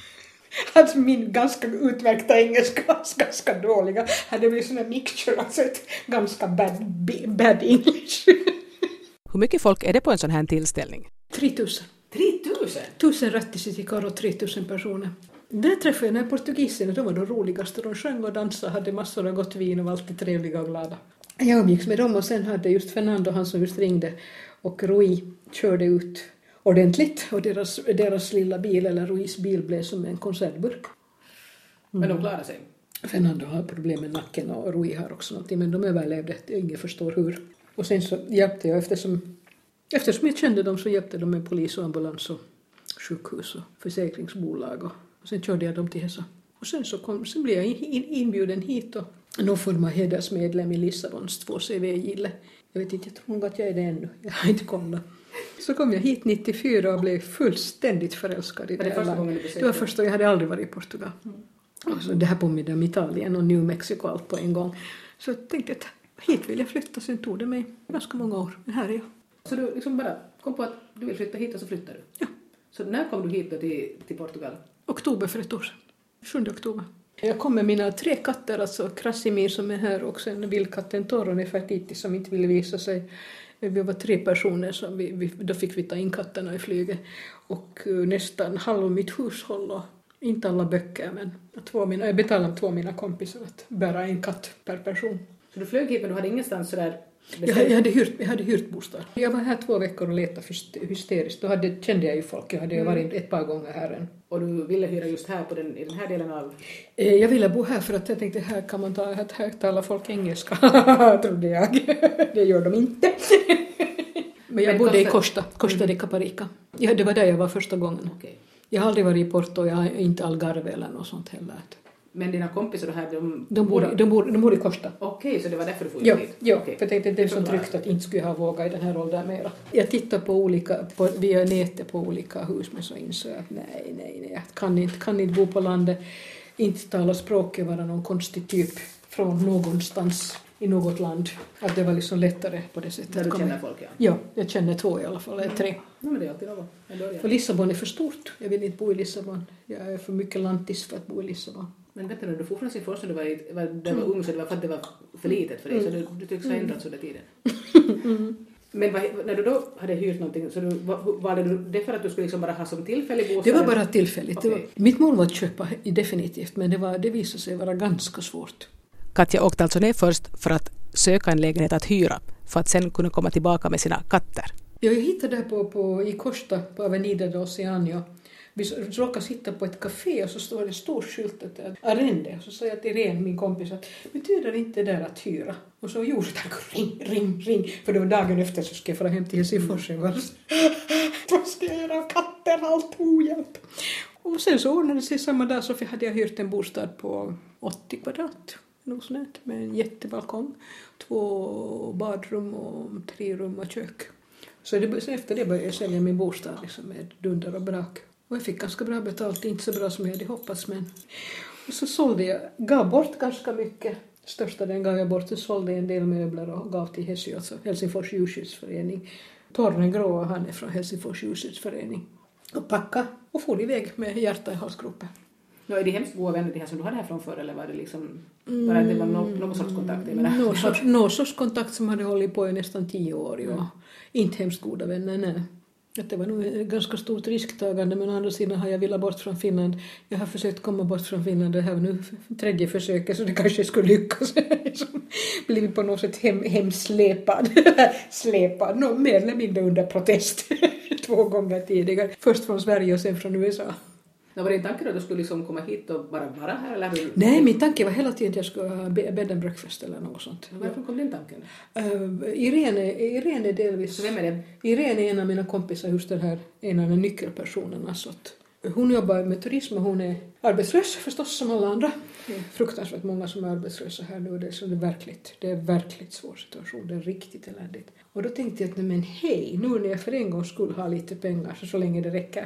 A: Alltså min ganska utmärkta engelska var ganska dåliga. Hade blivit sån här mixture, alltså ett ganska bad, bad English.
B: Hur mycket folk är det på en sån här tillställning?
A: tre tusen.
B: tre tusen?
A: Tusen Rättisittikar och tre tusen personer. Där träffade jag den här portugisen och de var de roligaste. De sjöng och dansade, hade massor av gott vin och var alltid trevliga och glada. Jag umgicks med dem och sen hade just Fernando, han som just ringde, och Rui körde ut ordentligt och deras, deras lilla bil eller Ruiz bil blev som en konservburk.
B: Mm. Men de klarade sig?
A: Fernando har problem med nacken och Rui har också någonting, men de överlevde. Ingen förstår hur. Och sen så hjälpte jag, eftersom, eftersom jag kände dem så hjälpte de med polis och ambulans och sjukhus och försäkringsbolag och, och sen körde jag dem till Hesa. Och sen så kom, sen blev jag in, in, inbjuden hit och någon form av hedersmedlem i Lissabons två C V-gille. Jag vet inte, jag tror att jag är det ännu. Jag har inte kollat. Så kom jag hit nittiofyra och blev fullständigt förälskad i det, det här landet. Det var första, jag hade aldrig varit i Portugal. Mm. Och så det här påminner om Italien och New Mexico allt på en gång. Så jag tänkte att hit vill jag flytta, sen tog det mig ganska många år. Men här är jag.
B: Så du liksom bara kom på att du vill flytta hit och så flyttar du?
A: Ja.
B: Så när kom du hit då till, till Portugal?
A: Oktober för ett år sedan. sjunde oktober. Jag kom med mina tre katter, alltså Krasimir som är här och sen vildkatten Toro Nefertiti som inte ville visa sig. Vi var tre personer, så vi, vi, då fick vi ta in katterna i flyget. Och uh, nästan halv mitt hushåll och inte alla böcker, men två mina, jag betalade två mina kompisar att bära en katt per person.
B: Så du flög hit men du hade ingenstans sådär?
A: Jag, jag, hade hyrt, jag hade hyrt bostad. Jag var här två veckor och letade hysteriskt. Då hade, kände jag ju folk. Jag hade mm. varit ett par gånger här än.
B: Och du ville hyra just här på den, i den här delen av?
A: Eh, jag ville bo här för att jag tänkte här kan man ta, här, här talar folk engelska. Trodde jag. Det gör de inte. Men jag Men bodde kostar... i Costa, Costa de Caparica. Ja, det var där jag var första gången.
B: Okay.
A: Jag har aldrig varit i Porto, jag har inte Algarve eller något sånt heller.
B: Men dina kompisar då här, de,
A: de, bor, de, bor, de bor i Costa.
B: Okej, okay, så det var därför du får
A: ja,
B: hit?
A: Ja,
B: okay.
A: för jag tänkte att det är så tryggt att inte skulle ha vågat i den här åldern mera. Jag tittar på olika, på, via nätet på olika hus, men så insåg jag att nej, nej, nej, jag kan inte, kan inte bo på landet, inte tala språket, vara någon konstig typ från någonstans i något land. Att det var liksom lättare på det sättet.
B: Där du känner folk, ja?
A: Ja, jag känner två i alla fall, eller tre.
B: Mm. Ja, men det är alltid något.
A: För Lissabon är för stort. Jag vill inte bo i Lissabon. Jag är för mycket lantis för att bo i Lissabon.
B: Men vet du, du får från sin forskning när du var, var, var mm. ung så det var för att det var för litet för dig. Mm. Så du, du tycks ha ändrats under tiden. Mm. Men vad, när du då hade hyrt någonting, så du, var, var det, det för att du skulle liksom bara ha som tillfällig bostad?
A: Det var bara tillfälligt.
B: Okay.
A: Det var, mitt mål var att köpa definitivt, men det, var, det visade sig vara ganska svårt.
B: Katja åkte alltså ner först för att söka en lägenhet att hyra, för att sen kunna komma tillbaka med sina katter.
A: Jag hittade där på, på, i Costa på Avenida de Oceanio. Vi råkade sitta på ett café och så står det stor skylt att arrende. Och så sa jag till Irene, min kompis, att betyder inte det där att hyra? Och så gjorde jag ring, ring, ring. För det var dagen efter så ska jag fara hem till Helsingfors. Mm. Vad ska jag göra av katten? vatten, allt ohjälp. Och sen så ordnade det sig samma dag så hade jag hyrt en bostad på åttio kvadrat. Något sånt, med en jättebalkong, två badrum och tre rum och kök. Så, det, så efter det började jag sälja min bostad liksom, med dunder och brak. Och jag fick ganska bra betalt, inte så bra som jag hade hoppats. Men... Och så sålde jag, gav bort ganska mycket. Största den gav jag bort och sålde en del möbler och gav till Hesy, alltså Helsingfors djurskyddsförening. Torren Grå, han är från Helsingfors djurskyddsförening. Och packa och for iväg med hjärta i halsgropen.
B: No, är det hemskt goda vänner det här som du hade härifrån förr eller var det liksom bara att det var någon, någon sorts kontakt?
A: Någon sorts, någon sorts kontakt som hade hållit på i nästan tio år. Ja. Mm. Inte hemskt goda vänner, nej. Att det var nog ett ganska stort risktagande, men å andra sidan har jag velat bort från Finland. Jag har försökt komma bort från Finland, det här var nu tredje försöket så det kanske skulle lyckas. Blivit på något sätt hem, hemsläpad, släpad, no, mer eller mindre under protest två gånger tidigare. Först från Sverige och sen från U S A.
B: Var det en tanke då att du skulle liksom komma hit och bara vara här? Eller?
A: Nej, min tanke var hela tiden att jag skulle ha bed and breakfast eller något sånt.
B: Varför kom den tanken?
A: Uh, Irene, Irene är delvis...
B: Så vem är det?
A: Irene är en av mina kompisar, just den här, en av de nyckelpersonerna. Så att hon jobbar med turism och hon är arbetslös förstås som alla andra. Det är fruktansvärt många som är arbetslösa här nu. Det är, så det är verkligt, det är verkligt svår situation. Det är riktigt eländigt. Och då tänkte jag att men hej, nu när jag för en gång skulle ha lite pengar så, så länge det räcker.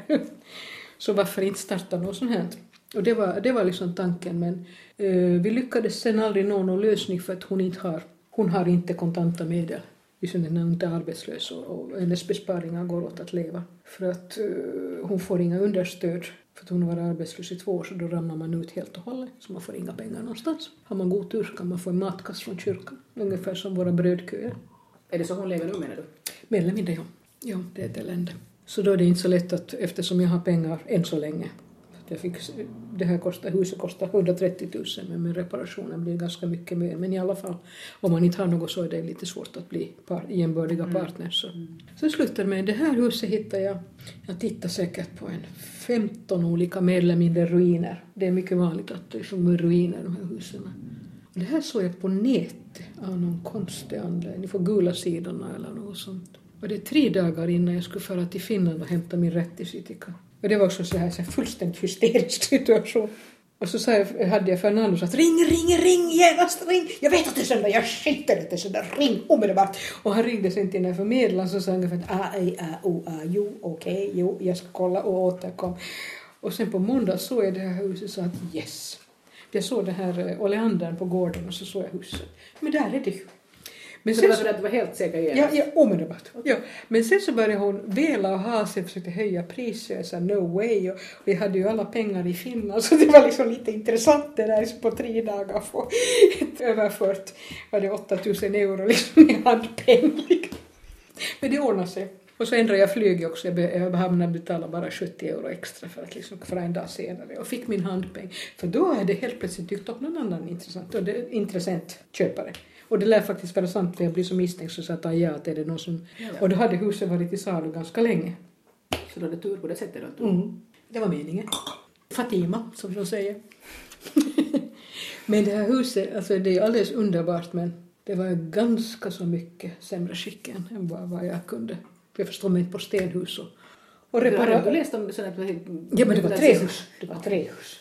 A: Så varför inte starta något sånt här? Och det var, det var liksom tanken. Men eh, vi lyckades sen aldrig nå någon lösning för att hon inte har, hon har inte kontanta medel. Liksom när hon inte är arbetslös och, och hennes besparingar går åt att leva. För att eh, hon får inga understöd. För att hon har varit arbetslös i två år så då ramlar man ut helt och hållet. Så man får inga pengar någonstans. Har man god tur så kan man få en matkass från kyrkan. Ungefär som våra brödköer.
B: Är det så hon lever nu menar du?
A: Mer eller mindre ja. Ja, det är ett elände. Så då är det inte så lätt att eftersom jag har pengar än så länge. Jag fick, det här kostar, huset kostar hundratrettio tusen men med reparationen blir ganska mycket mer. Men i alla fall, om man inte har något så är det lite svårt att bli par, jämbördiga mm. partners. Så. Mm. så slutade med det här huset hittade jag, jag tittar säkert på en femton olika mer eller mindre ruiner. Det är mycket vanligt att det är som ruiner de här husen. Det här såg jag på nätet av någon konstig anledning. Ni får gula sidorna eller något sånt. Och det är tre dagar innan jag skulle föra till Finland och hämta min rätt i Sitika. Och det var också så här, så här fullständigt hysterisk situation. Och så sa jag, hade jag Fernando sagt ring, ring, ring, genast ring. Jag vet att det är söndag, jag skiter att det är söndag, ring omedelbart. Och han ringde sen till den här förmedlaren så sa han ungefär a, e, a, o, a, jo, okej, okay, jo, jag ska kolla och återkom. Och sen på måndag såg jag det här huset och sa att yes. Jag såg det här oleandern på gården och så såg jag huset. Men där är det ju.
B: Men så sen, det var, det var helt säker igen?
A: Ja, ja omedelbart. Ja. Men sen så började hon vela och ha sig och försökte höja priser. Jag sa no way. Och vi hade ju alla pengar i Finland så det var liksom lite intressant det där på tre dagar få överfört var det åtta tusen euro liksom i handpeng. Men det ordnade sig. Och så ändrade jag flyg också. Jag hamnade betala bara sjuttio euro extra för att liksom för en dag senare. Och fick min handpeng. För då hade det helt plötsligt dykt upp någon annan intressant, och det, intressant köpare. Och det lär faktiskt vara sant för jag blir så misstänkt så att ja, att är det någon som... Ja. Och då hade huset varit i salu ganska länge.
B: Så då hade tur på det sättet då?
A: Mm. Det var meningen. Fatima, som de säger. Men det här huset, alltså det är alldeles underbart men det var ganska så mycket sämre skick än vad, vad jag kunde. Jag förstår mig inte på stenhus och, och reparera...
B: Du läste om det sådant att...
A: Ja, men det var trähus. Det var trähus.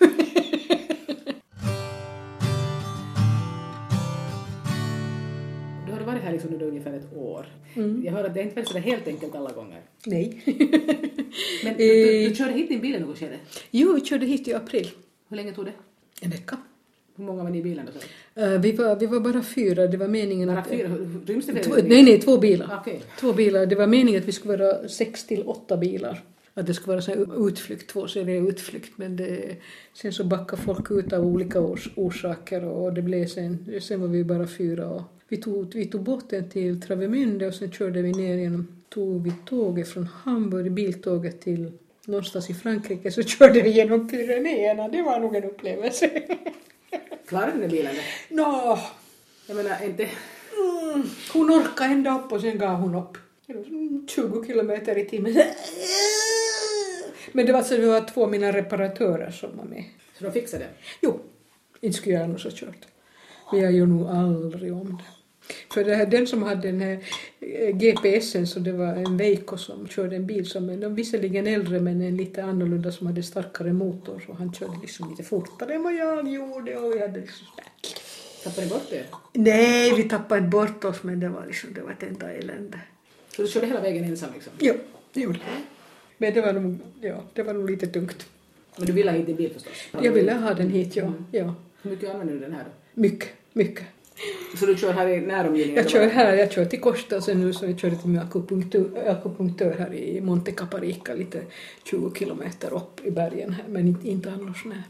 B: Du har varit här liksom under ungefär ett år.
A: Mm.
B: Jag hör att det inte var så helt enkelt alla gånger.
A: Nej.
B: Men du, du, du körde hit din bil något skede?
A: Jo, vi körde hit i april.
B: Hur länge tog det?
A: En vecka.
B: Hur många var ni i bilen då?
A: Uh, vi, var, vi var bara fyra. Det var meningen
B: bara
A: att...
B: fyra? Ryms det
A: två, nej, nej, två bilar.
B: Okay.
A: Två bilar. Det var meningen att vi skulle vara sex till åtta bilar. Att det skulle vara så utflykt, två serier utflykt. Men det, sen så backade folk ut av olika ors, orsaker. Och det blev sen, sen var vi bara fyra. Och vi, tog, vi tog båten till Travemünde och sen körde vi ner genom... Tog vi tåget från Hamburg, biltåget till någonstans i Frankrike. Så körde vi genom Pyrenéerna. Det var nog en upplevelse.
B: Klarade ni bilen?
A: Nå.
B: Jag menar, inte...
A: Mm, hon orkade ända upp och sen gav hon upp. tjugo kilometer i timmen. Men det var så det var två mina reparatörer som var med.
B: Så de fixade det?
A: Jo, inte skulle jag annars ha kört. Men jag gör nog aldrig om det. För det här, den som hade den här G P S:en, så det var en Veikko som körde en bil som en visserligen äldre men en lite annorlunda som hade starkare motor, så han körde liksom lite fortare än vad jag gjorde och vi hade liksom snack.
B: Tappade ni bort det?
A: Nej, vi tappade bort oss, men det var liksom, det var ett enda elände.
B: Så du körde hela vägen ensam liksom?
A: Ja, det gjorde jag. Men det var nog, ja, det var nog lite tungt.
B: Men du ville ha hit din bil förstås?
A: Jag ville ha den hit, ja.
B: Mm.
A: ja.
B: Hur mycket använder du den här då?
A: Mycket, mycket.
B: Så du kör här i näromgivningen?
A: Jag kör här, jag kör till Kosta och sen nu så jag körde till min akupunktör, akupunktör här i Monte Caparica, lite tjugo kilometer upp i bergen här, men inte, inte annars nej.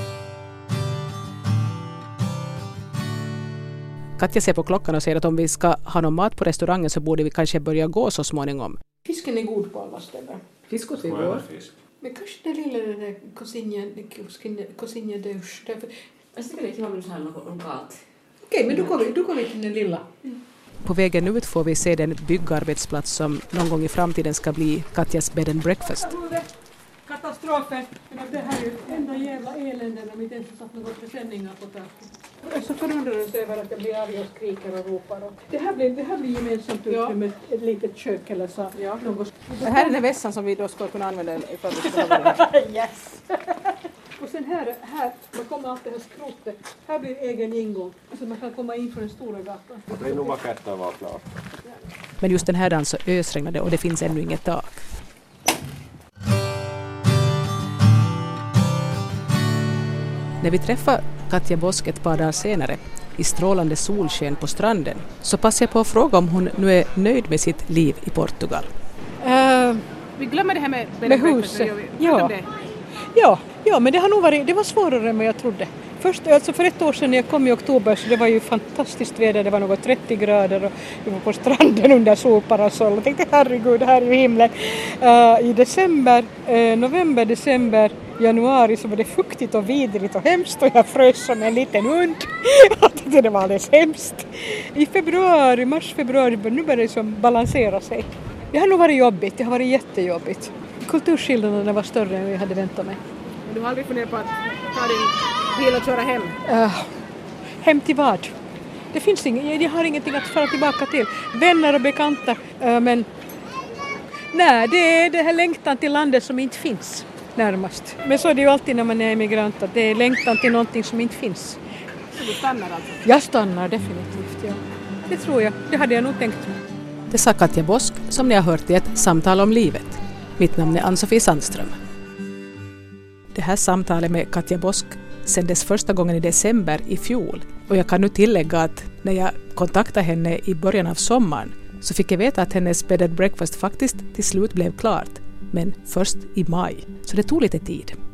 B: Katja ser på klockan och säger att om vi ska ha någon mat på restaurangen så borde vi kanske börja gå så småningom.
A: Fisken är god på alla ställen.
B: Fisk åt vi går.
A: Men kanske det lilla den där cosigna douche.
D: Jag tycker inte man vill ha något lokalt.
A: Okej, men då går vi, då går vi till den lilla.
B: På vägen ut får vi se den byggarbetsplats som någon gång i framtiden ska bli Katjas bed and breakfast.
A: Katastrofen. Det här är ju enda jävla elände när vi inte ens har satt något presenningar på taket. Jag är så förundrad över att jag blir arg och skriker och ropar. Det här blir, det här blir gemensamt utrymme, ja. Ett litet kök eller så. Ja. Något.
B: Det här är den vässan som vi då ska kunna använda ifall vi ska ha det.
A: Yes! Och sen här, här, man kommer allt det här skrotet. Här blir egen ingång. Så man kan komma in från den stora gatan.
C: Det är nog vackert att vara klart.
B: Men just den här dagen så ösregnade och det finns ännu inget tak. När vi träffar Katja Bosk ett par dagar senare i strålande solsken på stranden så passar jag på att fråga om hon nu är nöjd med sitt liv i Portugal.
A: Uh,
B: vi glömmer det här med,
A: med huset. Ja. Ja, ja, men det har nog varit, det var svårare än vad jag trodde. Först, alltså för ett år sedan när jag kom i oktober så det var ju fantastiskt väder, det var något trettio grader och vi var på stranden under solparasoll och tänkte herregud, det här är ju himlen. Uh, I december, uh, november, december, januari så var det fuktigt och vidrigt och hemskt och jag frös som en liten hund. Jag tyckte det var alldeles hemskt. I februari, mars, februari, nu började det som balansera sig. Det har nog varit jobbigt, det har varit jättejobbigt. Kulturskillnaderna var större än vi hade väntat mig.
B: Men du har aldrig funderat på att ta din bil och köra hem?
A: Uh, hem till vad? Det finns inget, jag har ingenting att fara tillbaka till. Vänner och bekanta, uh, men nej, det är det här längtan till landet som inte finns närmast. Men så är det ju alltid när man är emigrant, att det är längtan till någonting som inte finns.
B: Så du stannar alltså?
A: Jag stannar definitivt, ja. Det tror jag, det hade jag nog tänkt.
B: Det sa Katja Bosk som ni har hört i ett samtal om livet. Mitt namn är Ann-Sofie Sandström. Det här samtalet med Katja Bosk sändes första gången i december i fjol. Och jag kan nu tillägga att när jag kontaktade henne i början av sommaren så fick jag veta att hennes bed and breakfast faktiskt till slut blev klart. Men först i maj. Så det tog lite tid.